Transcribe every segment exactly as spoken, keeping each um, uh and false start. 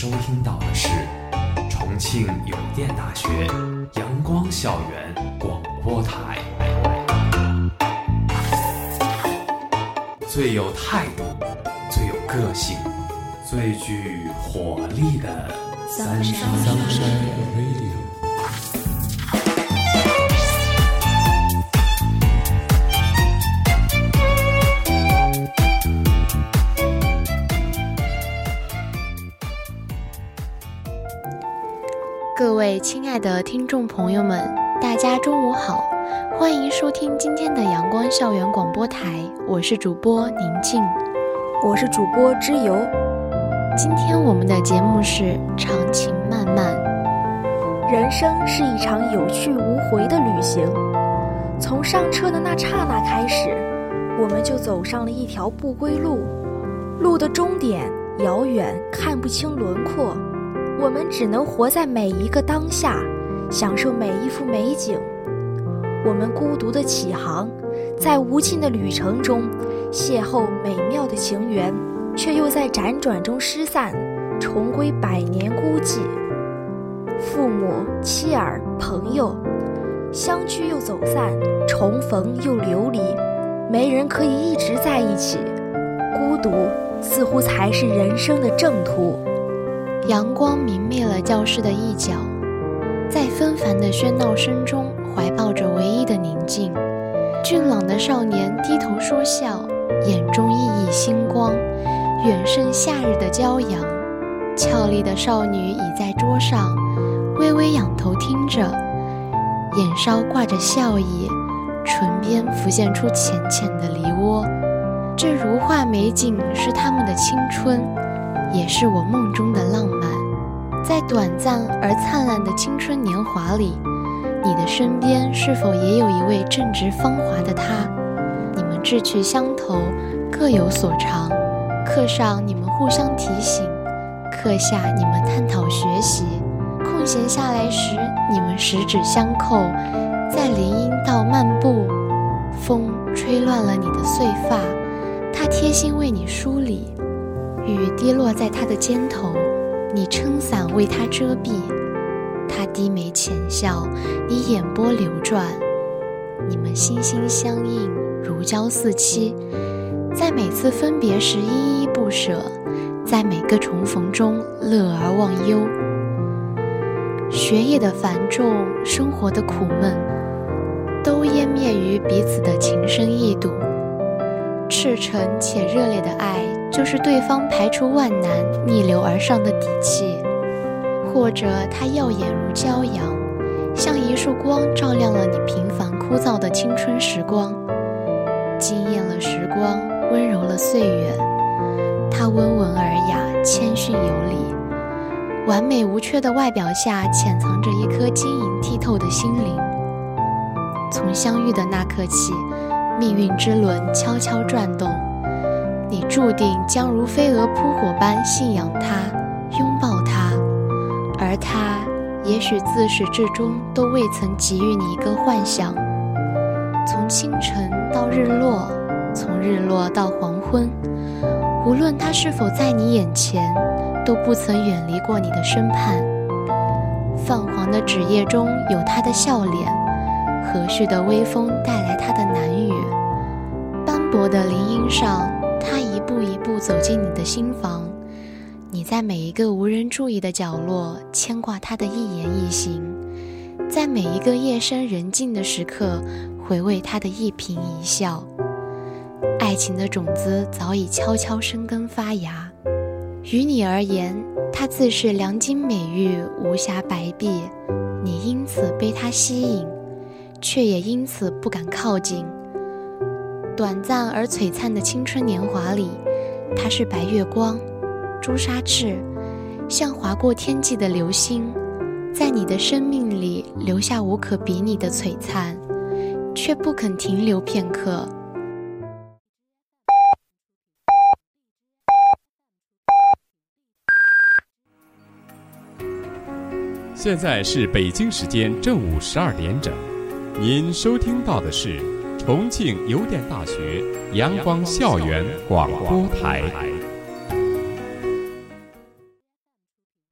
收听到的是重庆邮电大学阳光校园广播台，最有态度、最有个性、最具活力的三山 Radio。 各位亲爱的听众朋友们，大家中午好，欢迎收听今天的阳光校园广播台，我是主播宁静， 我是主播之游。 今天我们的节目是长情漫漫。 人生是一场有去无回的旅行，从上车的那刹那开始，我们就走上了一条不归路，路的终点遥远，看不清轮廓，我们只能活在每一个当下，享受每一幅美景。我们孤独的起航，在无尽的旅程中邂逅美妙的情缘，却又在辗转中失散，重归百年孤寂。父母、妻儿、朋友，相聚又走散，重逢又流离，没人可以一直在一起，孤独似乎才是人生的正途。 阳光明灭了教室的一角，在纷繁的喧闹声中怀抱着唯一的宁静。俊朗的少年低头说笑，眼中熠熠星光，远胜夏日的骄阳。俏丽的少女倚在桌上，微微仰头听着，眼梢挂着笑意，唇边浮现出浅浅的梨涡。这如画美景是他们的青春，也是我梦中的浪漫。在短暂而灿烂的青春年华里，你的身边是否也有一位正值芳华的他？你们志趣相投，各有所长，课上你们互相提醒，课下你们探讨学习，空闲下来时你们十指相扣，在林荫道漫步，风吹乱了你的碎发，他贴心为你梳理，雨滴落在他的肩头，你撑伞为他遮蔽，他低眉浅笑，你眼波流转，你们心心相印，如胶似漆，在每次分别时依依不舍，在每个重逢中乐而忘忧。学业的繁重，生活的苦闷，都湮灭于彼此的情深意笃。赤诚且热烈的爱，就是对方排除万难逆流而上的底气。或者它耀眼如骄阳，像一束光照亮了你平凡枯燥的青春时光，惊艳了时光，温柔了岁月。它温文尔雅，谦逊有礼，完美无缺的外表下潜藏着一颗晶莹剔透的心灵。从相遇的那刻起，命运之轮悄悄转动，你注定将如飞蛾扑火般信仰他，拥抱他，而他也许自始至终都未曾给予你一个幻想。从清晨到日落，从日落到黄昏，无论他是否在你眼前，都不曾远离过你的身畔。泛黄的纸页中有他的笑脸，和煦的微风带来他的南语，斑驳的林荫上，他一步一步走进你的心房，你在每一个无人注意的角落牵挂他的一言一行，在每一个夜深人静的时刻回味他的一颦一笑。爱情的种子早已悄悄生根发芽，于你而言，他自是良金美玉，无瑕白璧，你因此被他吸引，却也因此不敢靠近。短暂而璀璨的青春年华里，他是白月光、朱砂痣，像划过天际的流星，在你的生命里留下无可比拟的璀璨，却不肯停留片刻。 现在是北京时间正午十二点整，您收听到的是重庆邮电大学阳光校园广播台。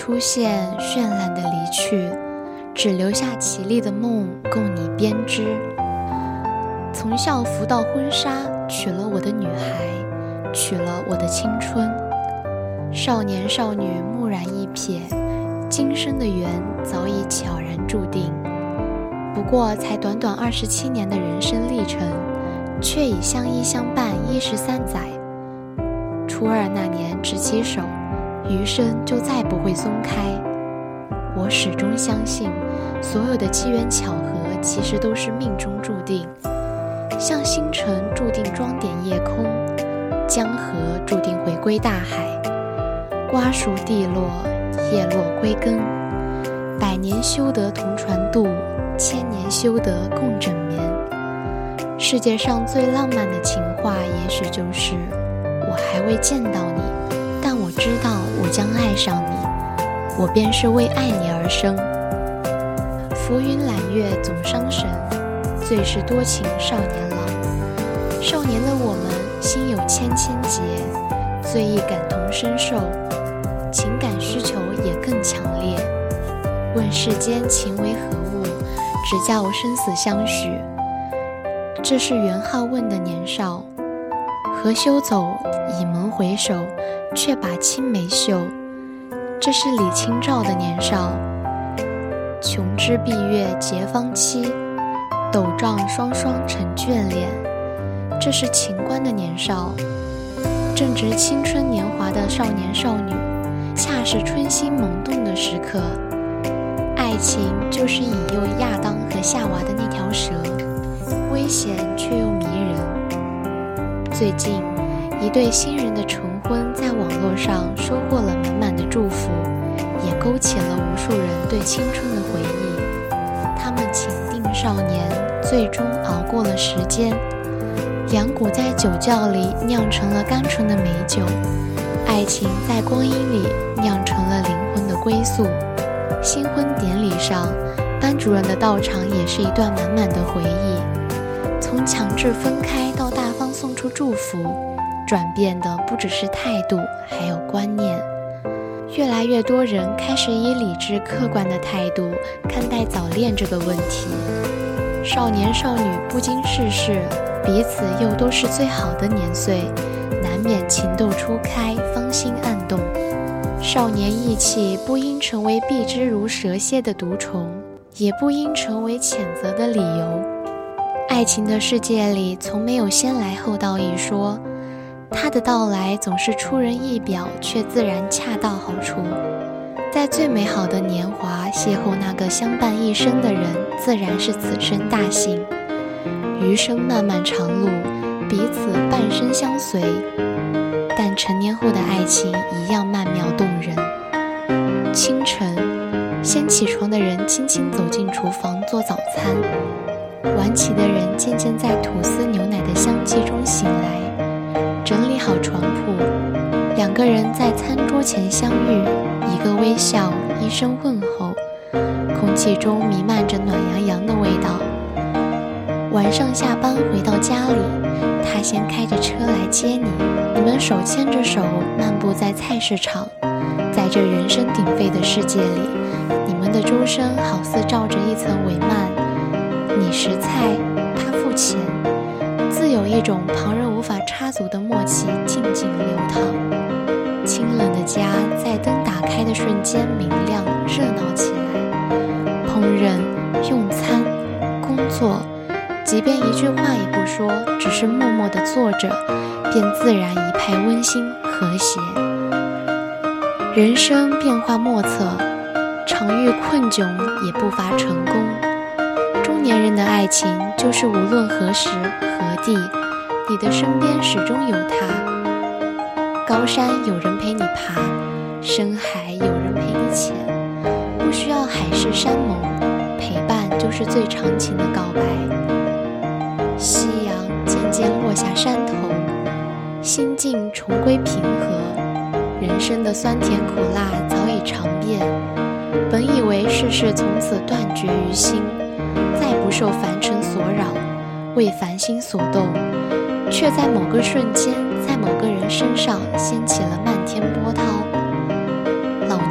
出现，绚烂的离去，只留下绮丽的梦供你编织。从校服到婚纱，娶了我的女孩，娶了我的青春。少年少女蓦然一瞥，今生的缘早已悄然注定。不过才短短二十七年的人生历程，却已相依相伴一十三载。初二那年执起手，余生就再不会松开。我始终相信，所有的机缘巧合其实都是命中注定。像星辰注定装点夜空，江河注定回归大海。瓜熟蒂落，叶落归根。百年修得同船渡，千年修得共枕眠。世界上最浪漫的情话，也许就是我还未见到你，但我知道我将爱上你，我便是为爱你而生。浮云揽月总伤神，最是多情少年郎。少年的我们心有千千结，最易感同身受，情感需求也更强烈。问世间情为何物，只叫生死相许。这是元好问的年少，何休走，倚门回首，却把青梅嗅。这是李清照的年少，琼枝碧月结芳期，斗帐双双成眷恋。这是秦观的年少，正值青春年华的少年少女，恰是春心萌动的时刻。爱情就是引诱亚当和夏娃的那条蛇，危险却又迷人。最近，一对新人的成婚在网络上收获了满满的祝福，也勾起了无数人对青春的回忆。他们情定少年，最终熬过了时间。两股在酒窖里酿成了甘醇的美酒，爱情在光阴里酿成了灵魂的归宿。新婚典礼上，班主任的到场也是一段满满的回忆。从强制分开到大方送出祝福，转变的不只是态度，还有观念。越来越多人开始以理智客观的态度看待早恋这个问题。少年少女不经世事，彼此又都是最好的年岁，难免情窦初开，芳心暗动。少年意气不应成为避之如蛇蝎的毒虫，也不应成为谴责的理由。爱情的世界里从没有先来后到一说，它的到来总是出人意表，却自然恰到好处。在最美好的年华邂逅那个相伴一生的人，自然是此生大幸。余生漫漫长路，彼此半生相随，但成年后的爱情一样曼妙动人。清晨，先起床的人轻轻走进厨房做早餐，晚起的人渐渐在吐司牛奶的香气中醒来。整理好床铺，两个人在餐桌前相遇，一个微笑，一声问候，空气中弥漫着暖洋洋的味道。晚上下班回到家里，他先开着车来接你，你们手牵着手漫步在菜市场。在这人声鼎沸的世界里，你们的周身好似罩着一层帷幔，你拾菜，他付钱，自有一种旁人无法插足的默契静静流淌。清冷的家在灯打开的瞬间明亮热闹起来，烹饪、用餐、工作，即便一句话也不说，只是默默地坐着，便自然一派温馨和谐。人生变化莫测，常遇困窘也不乏成功。中年人的爱情就是无论何时何地，你的身边始终有他。高山有人陪你爬，深海有人陪你潜，不需要海誓山盟，陪伴就是最长情的告白。夕阳渐渐落下山头，心境重归平和，人生的酸甜苦辣早已尝遍。本以为世事从此断绝于心，再不受凡尘所扰，为凡心所动，却在某个瞬间，在某个人身上掀起了漫天波涛。老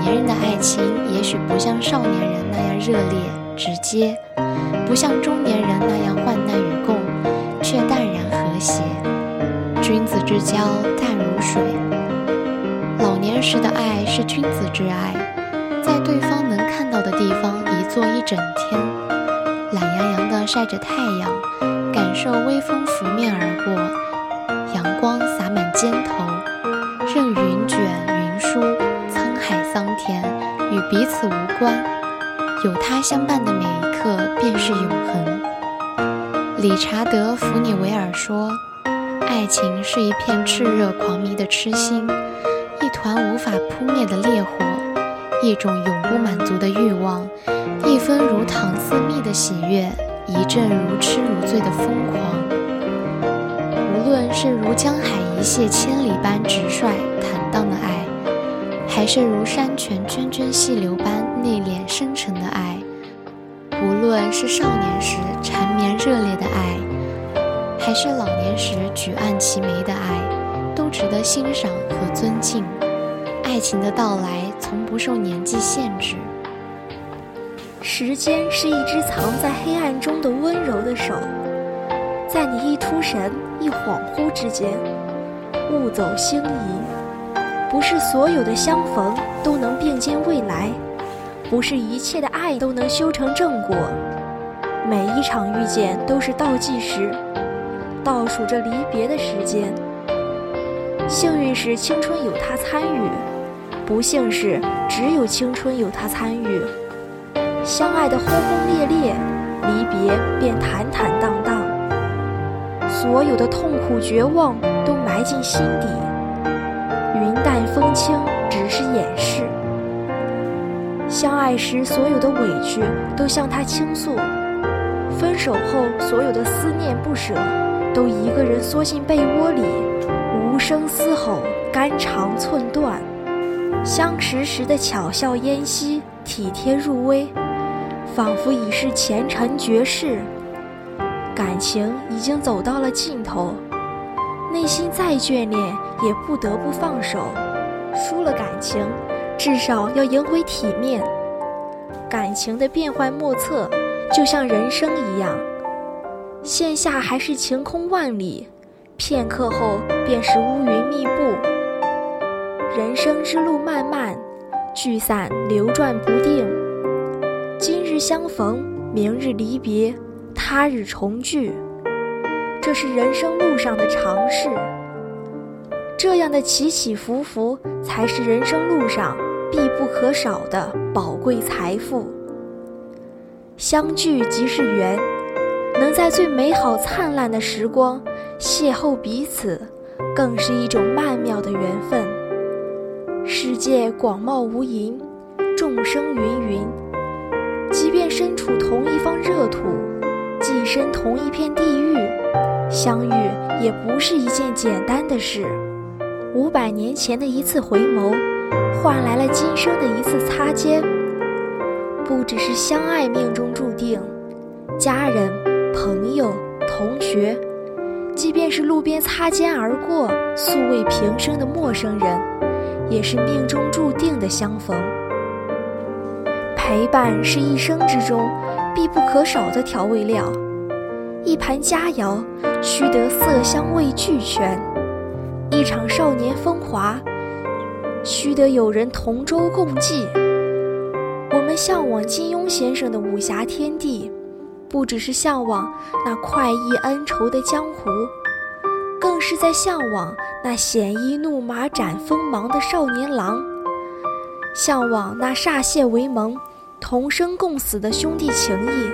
年人的爱情也许不像少年人那样热烈直接，不像中年人那样患难与共，却淡然和谐。君子之交淡如水。老年时的爱是君子之爱，在对方能看到的地方一坐一整天，懒洋洋地晒着太阳，感受微风拂面而过，阳光洒满肩头，任云卷云舒，沧海桑田与彼此无关，有他相伴的每一刻便是永恒。理查德·弗尼维尔说，爱情是一片炽热狂迷的痴心，一团无法扑灭的烈火，一种永不满足的欲望，一分如糖似蜜的喜悦，一阵如痴如醉的疯狂。无论是如江海一泻千里般直率坦荡的爱，还是如山泉涓涓细流般内敛深沉的爱，无论是少年时缠绵热烈的爱，还是老年时举案齐眉的爱，都值得欣赏和尊敬。爱情的到来从不受年纪限制。 时间是一只藏在黑暗中的温柔的手，在你一出神一恍惚之间，物走星移。不是所有的相逢都能并肩未来，不是一切的爱都能修成正果。每一场遇见都是倒计时，倒数着离别的时间。幸运是青春有他参与，不幸是只有青春有他参与。相爱的轰轰烈烈，离别便坦坦荡荡。所有的痛苦绝望都埋进心底，云淡风轻只是掩饰。相爱时所有的委屈都向他倾诉，分手后所有的思念不舍都一个人缩进被窝里，无声嘶吼，肝肠寸断。相识时的巧笑嫣兮，体贴入微，仿佛已是前尘绝世。感情已经走到了尽头，内心再眷恋也不得不放手。输了感情，至少要赢回体面。感情的变幻莫测，就像人生一样，线下还是晴空万里，片刻后便是乌云密布。人生之路漫漫，聚散流转不定，今日相逢，明日离别，他日重聚，这是人生路上的常事。这样的起起伏伏，才是人生路上必不可少的宝贵财富。相聚即是缘，能在最美好灿烂的时光邂逅彼此，更是一种曼妙的缘分。世界广袤无垠，众生芸芸，即便身处同一方热土，寄身同一片地狱，相遇也不是一件简单的事。五百年前的一次回眸，换来了今生的一次擦肩。不只是相爱命中注定，家人、朋友、同学，即便是路边擦肩而过、素未平生的陌生人，也是命中注定的相逢。陪伴是一生之中必不可少的调味料，一盘佳肴须得色香味俱全，一场少年风华须得有人同舟共济。我们向往金庸先生的武侠天地，不只是向往那快意恩仇的江湖，更是在向往那鲜衣怒马斩锋芒的少年郎，向往那歃血为盟、同生共死的兄弟情谊。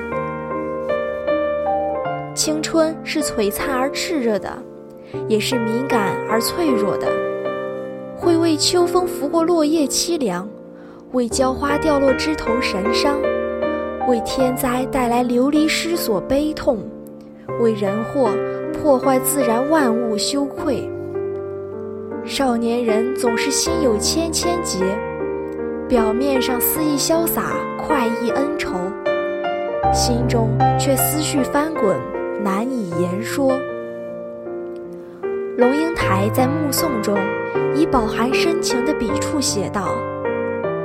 青春是璀璨而炽热的，也是敏感而脆弱的，会为秋风拂过落叶凄凉，为娇花掉落枝头神伤，为天灾带来流离失所悲痛，为人祸破坏自然万物羞愧。少年人总是心有千千结，表面上肆意潇洒，快意恩仇，心中却思绪翻滚，难以言说。龙应台在《目送》中以饱含深情的笔触写道：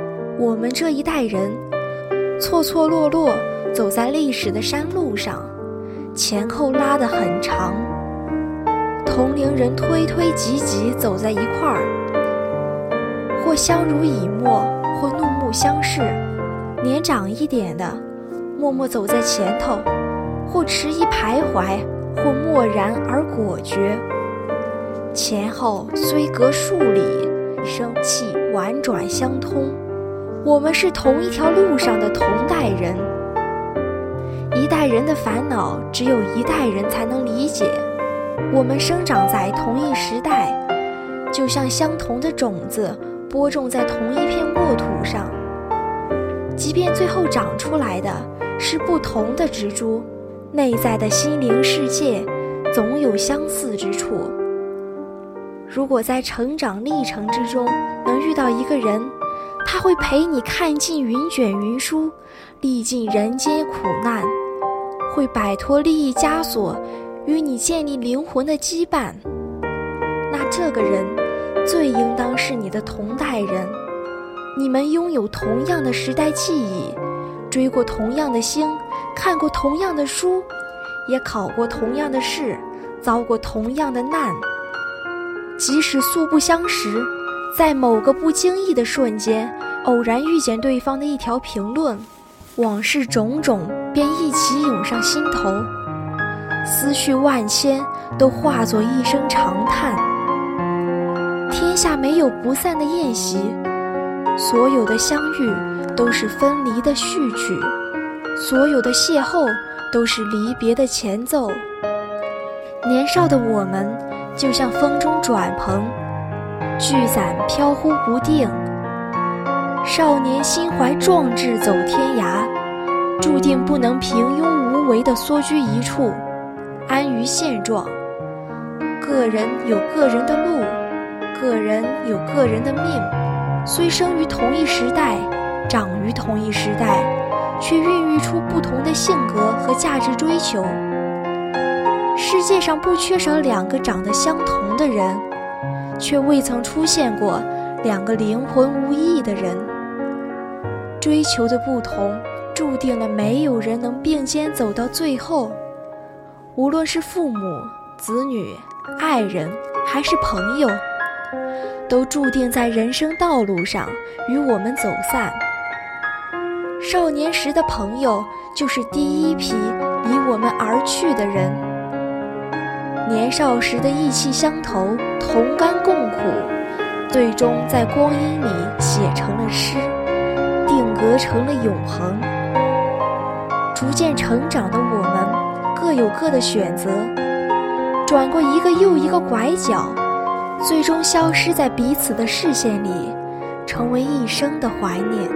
我们这一代人错错落落走在历史的山路上，前后拉得很长，同龄人推推挤挤走在一块儿，或相濡以沫，或怒目相视，年长一点的默默走在前头，或迟疑徘徊，或漠然而果决。前后虽隔数里，生气婉转相通，我们是同一条路上的同代人。一代人的烦恼只有一代人才能理解，我们生长在同一时代，就像相同的种子播种在同一片沃土上，即便最后长出来的是不同的植株，内在的心灵世界总有相似之处。如果在成长历程之中能遇到一个人，他会陪你看尽云卷云舒，历尽人间苦难，会摆脱利益枷锁，与你建立灵魂的羁绊，那这个人最应当是你的同代人。你们拥有同样的时代记忆，追过同样的星，看过同样的书，也考过同样的试，遭过同样的难。即使素不相识，在某个不经意的瞬间，偶然遇见对方的一条评论，往事种种便一起涌上心头，思绪万千都化作一声长叹。天下没有不散的宴席，所有的相遇都是分离的序曲，所有的邂逅都是离别的前奏。年少的我们就像风中转蓬，聚散飘忽不定。少年心怀壮志走天涯，注定不能平庸无为地缩居一处，安于现状。个人有个人的路，个人有个人的命，虽生于同一时代，长于同一时代，却孕育出不同的性格和价值追求。世界上不缺少两个长得相同的人，却未曾出现过两个灵魂无异的人。追求的不同，注定了没有人能并肩走到最后。无论是父母、子女、爱人，还是朋友，都注定在人生道路上与我们走散。少年时的朋友，就是第一批离我们而去的人。年少时的意气相投，同甘共苦，最终在光阴里写成了诗，定格成了永恒。逐渐成长的我们，各有各的选择，转过一个又一个拐角，最终消失在彼此的视线里，成为一生的怀念。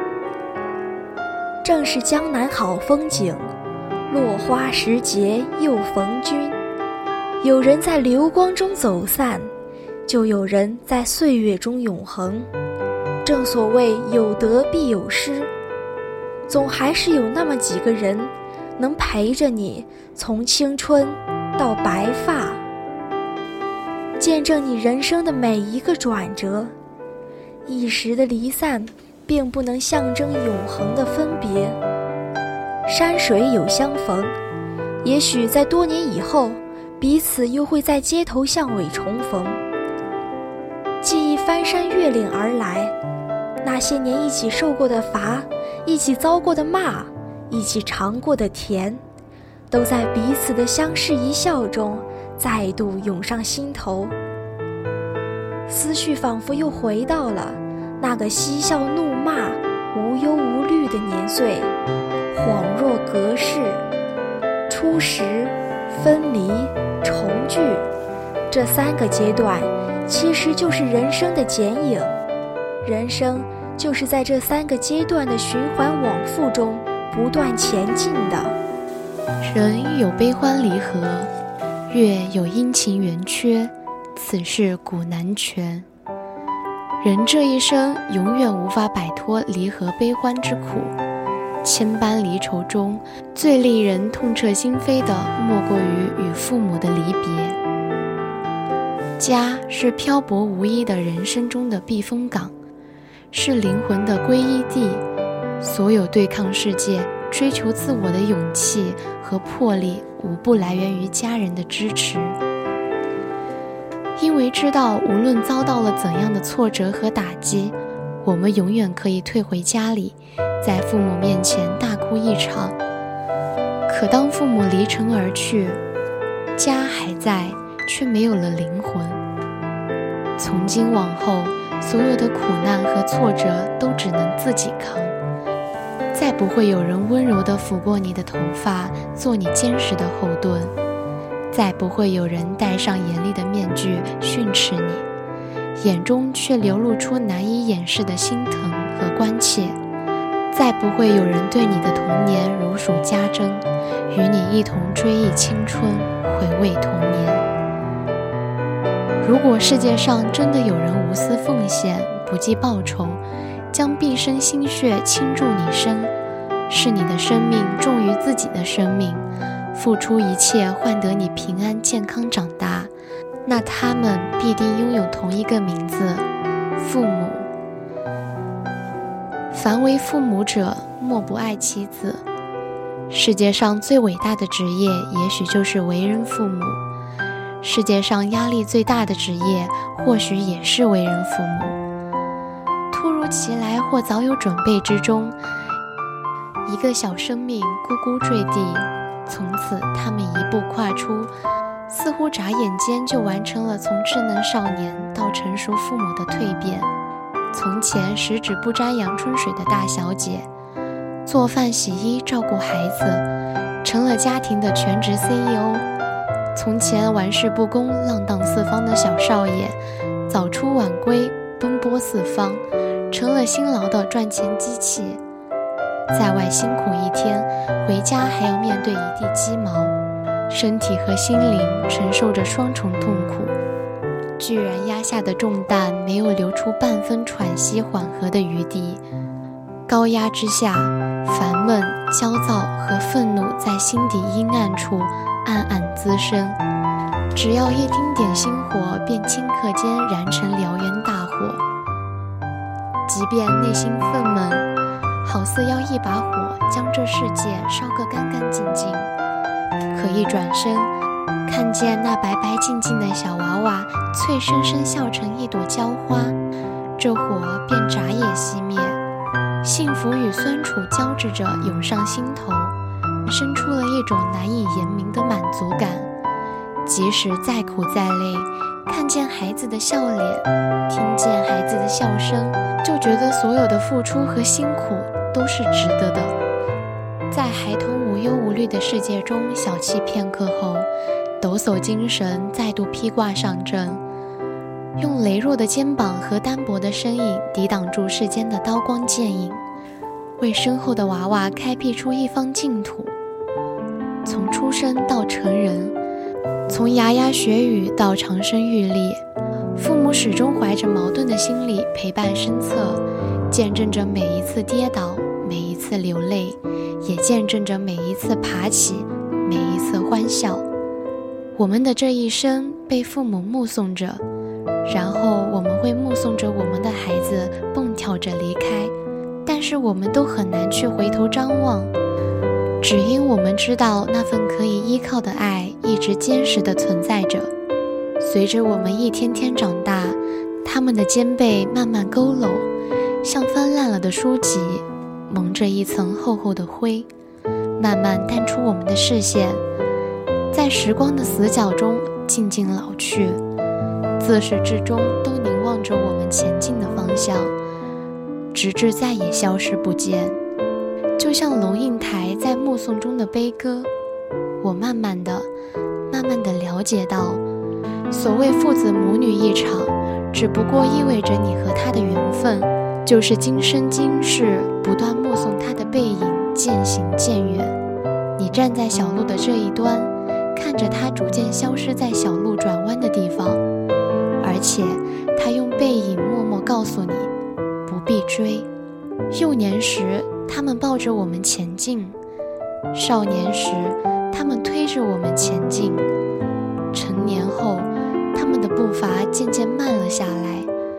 正是江南好风景，落花时节又逢君。有人在流光中走散，就有人在岁月中永恒。正所谓有得必有失，总还是有那么几个人能陪着你从青春到白发，见证你人生的每一个转折。一时的离散并不能象征永恒的分别。山水有相逢，也许在多年以后，彼此又会在街头巷尾重逢。记忆翻山越岭而来，那些年一起受过的罚，一起遭过的骂，一起尝过的甜，都在彼此的相视一笑中再度涌上心头。思绪仿佛又回到了那个嬉笑怒骂无忧无虑的年岁，恍若隔世。初识、分离、重聚，这三个阶段其实就是人生的剪影。人生就是在这三个阶段的循环往复中不断前进的。 人有悲欢离合，月有阴晴圆缺，此事古难全。人这一生永远无法摆脱离合悲欢之苦，千般离愁中，最令人痛彻心扉的莫过于与父母的离别。家是漂泊无依的人生中的避风港， 是灵魂的归依地，所有对抗世界、追求自我的勇气和魄力，无不来源于家人的支持。因为知道无论遭到了怎样的挫折和打击，我们永远可以退回家里，在父母面前大哭一场。可当父母离尘而去，家还在，却没有了灵魂。从今往后，所有的苦难和挫折都只能自己扛，再不会有人温柔地抚过你的头发，做你坚实的后盾，再不会有人戴上严厉的面具训斥你，眼中却流露出难以掩饰的心疼和关切，再不会有人对你的童年如数家珍，与你一同追忆青春，回味童年。如果世界上真的有人无私奉献，不计报酬，将毕生心血倾注你身，是你的生命重于自己的生命，付出一切换得你平安健康长大，那他们必定拥有同一个名字——父母。凡为父母者，莫不爱其子。世界上最伟大的职业，也许就是为人父母。世界上压力最大的职业，或许也是为人父母。突如其来或早有准备之中，一个小生命咕咕坠地，从此他们一步跨出，似乎眨眼间就完成了从稚嫩少年到成熟父母的蜕变。从前十指不沾阳春水的大小姐，做饭洗衣照顾孩子，成了家庭的全职 C E O。从前玩世不恭浪荡四方的小少爷，早出晚归奔波四方，成了辛劳的赚钱机器。在外辛苦一天，回家还要面对一地鸡毛，身体和心灵承受着双重痛苦，巨然压下的重担没有留出半分喘息缓和的余地。高压之下，烦闷、焦躁和愤怒在心底阴暗处暗暗滋生，只要一丁点星火，便顷刻间燃成燎原大火。即便内心愤懑，好似要一把火将这世界烧个干干净净，可一转身，看见那白白净净的小娃娃脆生生笑成一朵娇花，这火便眨也熄灭，幸福与酸楚交织着涌上心头，生出了一种难以言明的满足感。即使再苦再累，看见孩子的笑脸，听见孩子的笑声，就觉得所有的付出和辛苦都是值得的。在孩童无忧无虑的世界中小憩片刻后，抖擞精神再度披挂上阵，用羸弱的肩膀和单薄的身影抵挡住世间的刀光剑影，为身后的娃娃开辟出一方净土。从出生到成人，从牙牙学语到长生玉立，父母始终怀着矛盾的心理陪伴身侧，见证着每一次跌倒，每一次流泪，也见证着每一次爬起，每一次欢笑。我们的这一生被父母目送着，然后我们会目送着我们的孩子蹦跳着离开，但是我们都很难去回头张望，只因我们知道那份可以依靠的爱一直坚实地存在着。随着我们一天天长大，他们的肩背慢慢佝偻，像翻烂了的书籍，蒙着一层厚厚的灰，慢慢淡出我们的视线，在时光的死角中静静老去，自始至终都凝望着我们前进的方向，直至再也消失不见。就像龙应台在目送中的悲歌，我慢慢的慢慢的了解到，所谓父子母女一场，只不过意味着你和他的缘分，就是今生今世不断目送他的背影渐行渐远。你站在小路的这一端，看着他逐渐消失在小路转弯的地方，而且他用背影默默告诉你不必追。幼年时他们抱着我们前进，少年时他们推着我们前进，成年后他们的步伐渐渐慢了下来，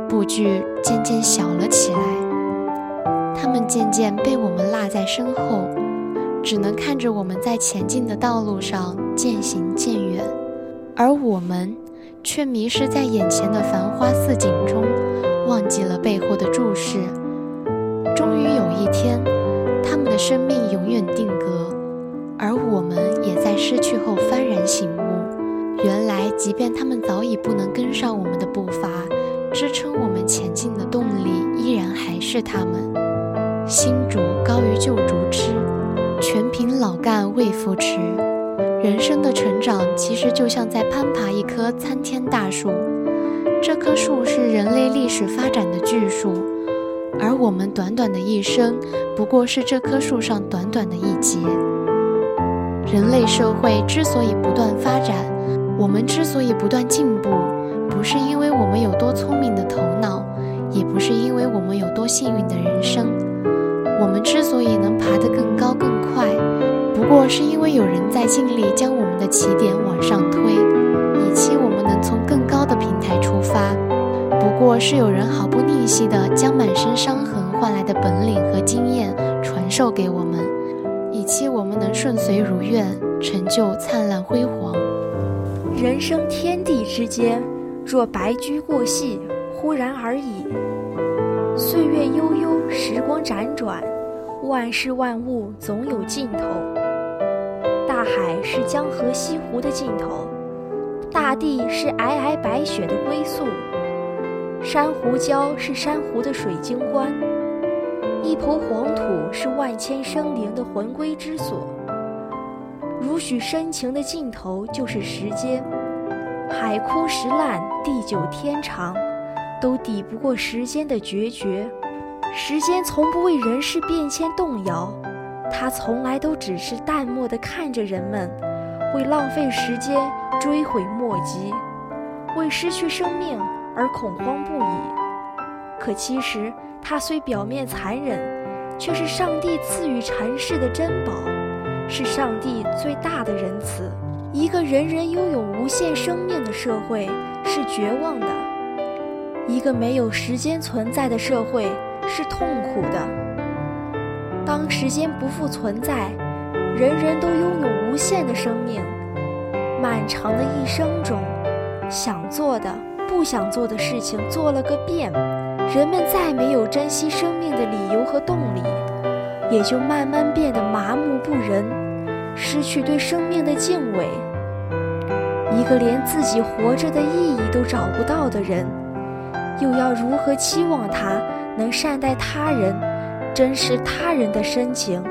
步距渐渐小了起来，他们渐渐被我们落在身后，只能看着我们在前进的道路上渐行渐远，而我们却迷失在眼前的繁花似锦中，忘记了背后的注视。终于有一天，他们的生命永远定格，而我们也在失去后幡然醒悟，原来即便他们早已不能跟上我们的步伐，支撑我们前进的动力依然还是他们。新竹高于旧竹枝，全凭老干未扶持。人生的成长其实就像在攀爬一棵参天大树，这棵树是人类历史发展的巨树，而我们短短的一生不过是这棵树上短短的一节。人类社会之所以不断发展，我们之所以不断进步，不是因为我们有多聪明的头脑，也不是因为我们有多幸运的人生。我们之所以能爬得更高更快，不过是因为有人在尽力将我们的起点往上推，以期我们能从更高的平台出发。不过是有人毫不吝惜地将满身伤痕换来的本领和经验传授给我们，以期我们能顺遂如愿，成就灿烂辉煌。 人生天地之间，若白驹过隙，忽然而已。岁月悠悠，时光辗转，万事万物总有尽头。大海是江河西湖的尽头，大地是皑皑白雪的归宿，珊瑚礁是珊瑚的水晶棺，一抔黄土是万千生灵的魂归之所。如许深情的尽头就是时间，海枯石烂，地久天长，都抵不过时间的决绝。时间从不为人事变迁动摇，它从来都只是淡漠地看着人们为浪费时间追悔莫及，为失去生命而恐慌不已。可其实它虽表面残忍，却是上帝赐予尘世的珍宝，是上帝最大的仁慈。一个人人拥有无限生命的社会是绝望的，一个没有时间存在的社会是痛苦的。当时间不复存在，人人都拥有无限的生命，漫长的一生中，想做的不想做的事情做了个遍，人们再没有珍惜生命的理由和动力，也就慢慢变得麻木不仁，失去对生命的敬畏。一个连自己活着的意义都找不到的人，又要如何期望他能善待他人，珍视他人的深情？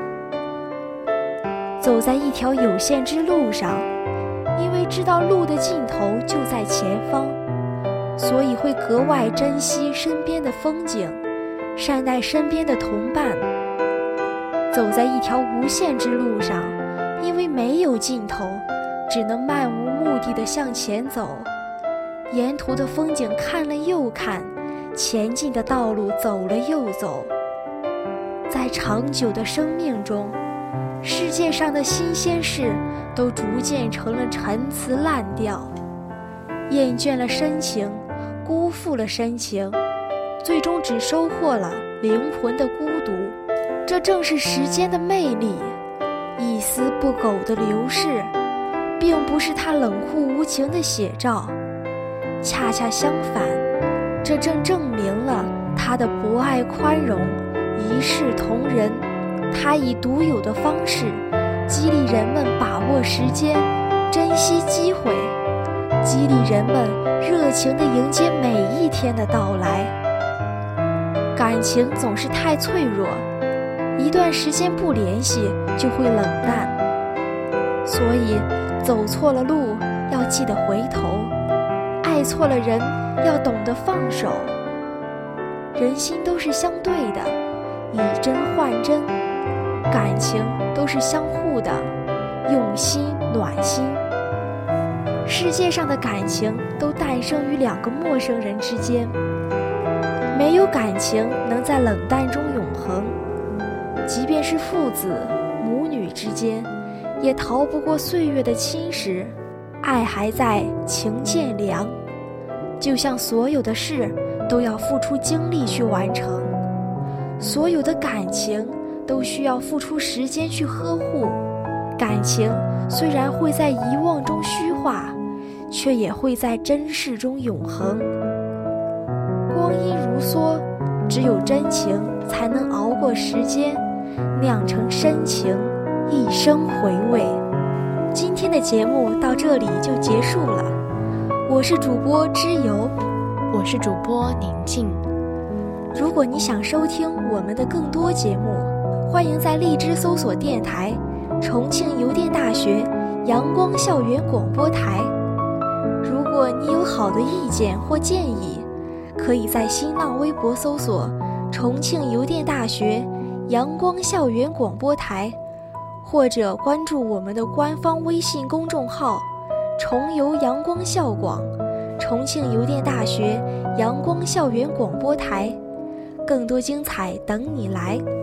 走在一条有限之路上，因为知道路的尽头就在前方，所以会格外珍惜身边的风景，善待身边的同伴。走在一条无限之路上，因为没有尽头，只能漫无目的地向前走，沿途的风景看了又看，前进的道路走了又走。在长久的生命中，世界上的新鲜事都逐渐成了陈词滥调，厌倦了深情，辜负了深情，最终只收获了灵魂的孤独。这正是时间的魅力，一丝不苟的流逝，并不是它冷酷无情的写照，恰恰相反，这正证明了它的博爱宽容，一视同仁。它以独有的方式激励人们把握时间，珍惜机会，激励人们热情地迎接每一天的到来。感情总是太脆弱，一段时间不联系就会冷淡，所以走错了路要记得回头，爱错了人要懂得放手。人心都是相对的，以真换真，感情都是相互的，用心暖心。世界上的感情都诞生于两个陌生人之间，没有感情能在冷淡中永恒，即便是父子母女之间，也逃不过岁月的侵蚀。爱还在，情渐凉，就像所有的事都要付出精力去完成。所有的感情都需要付出时间去呵护。感情虽然会在遗忘中虚化，却也会在珍视中永恒。光阴如梭，只有真情才能熬过时间，酿成深情，一生回味。今天的节目到这里就结束了，我是主播知游， 我是主播宁静。 如果你想收听我们的更多节目，欢迎在荔枝搜索电台重庆邮电大学阳光校园广播台。如果你有好的意见或建议，可以在新浪微博搜索重庆邮电大学阳光校园广播台，或者关注我们的官方微信公众号重邮阳光校广重庆邮电大学阳光校园广播台，更多精彩等你来。